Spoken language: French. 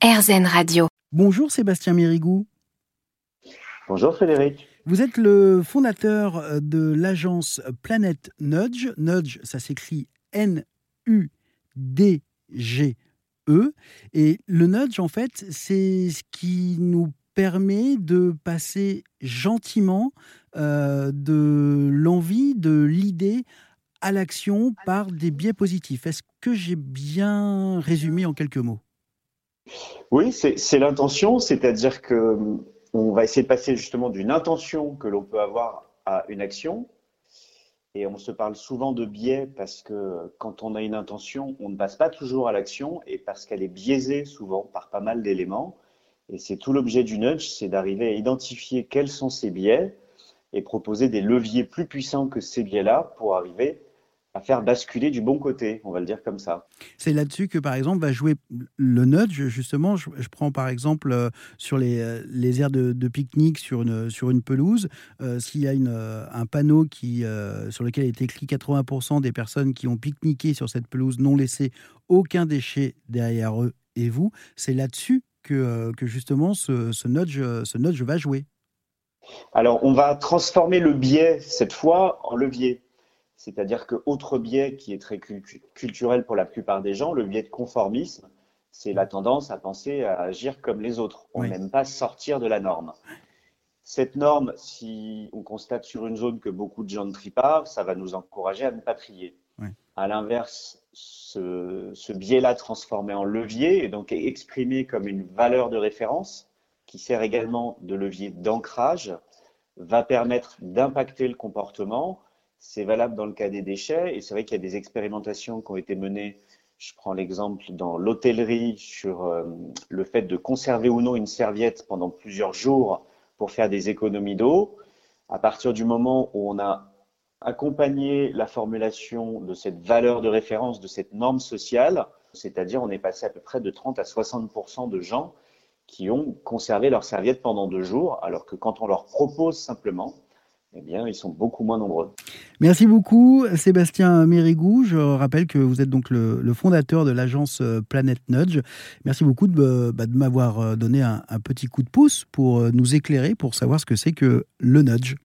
RZN Radio. Bonjour Sébastien Mérigou. Bonjour Frédéric. Vous êtes le fondateur de l'agence Planet Nudge. Nudge, ça s'écrit Nudge. Et le nudge, en fait, c'est ce qui nous permet de passer gentiment de l'envie, de l'idée à l'action par des biais positifs. Est-ce que j'ai bien résumé en quelques mots ? Oui, c'est l'intention, c'est-à-dire que on va essayer de passer justement d'une intention que l'on peut avoir à une action. Et on se parle souvent de biais parce que quand on a une intention, on ne passe pas toujours à l'action et parce qu'elle est biaisée souvent par pas mal d'éléments. Et c'est tout l'objet du nudge, c'est d'arriver à identifier quels sont ces biais et proposer des leviers plus puissants que ces biais-là pour arriver à faire basculer du bon côté, on va le dire comme ça. C'est là-dessus que, par exemple, va jouer le nudge. Justement, je prends par exemple sur les aires de pique-nique sur une pelouse. S'il y a un panneau sur lequel est écrit 80% des personnes qui ont pique-niqué sur cette pelouse n'ont laissé aucun déchet derrière eux et vous, c'est là-dessus que justement ce nudge va jouer. Alors, on va transformer le biais, cette fois, en levier. C'est-à-dire que autre biais qui est très culturel pour la plupart des gens, le biais de conformisme, c'est la tendance à penser à agir comme les autres. On n'aime pas sortir de la norme. Cette norme, si on constate sur une zone que beaucoup de gens ne trient pas, ça va nous encourager à ne pas trier. Oui. À l'inverse, ce biais-là transformé en levier et donc exprimé comme une valeur de référence qui sert également de levier d'ancrage, va permettre d'impacter le comportement. C'est valable dans le cas des déchets et c'est vrai qu'il y a des expérimentations qui ont été menées. Je prends l'exemple dans l'hôtellerie sur le fait de conserver ou non une serviette pendant plusieurs jours pour faire des économies d'eau. À partir du moment où on a accompagné la formulation de cette valeur de référence, de cette norme sociale, c'est-à-dire on est passé à peu près de 30 à 60% de gens qui ont conservé leur serviette pendant 2 jours, alors que quand on leur propose simplement, eh bien, ils sont beaucoup moins nombreux. Merci beaucoup, Sébastien Mérigou. Je rappelle que vous êtes donc le fondateur de l'agence Planet Nudge. Merci beaucoup de m'avoir donné un petit coup de pouce pour nous éclairer, pour savoir ce que c'est que le nudge.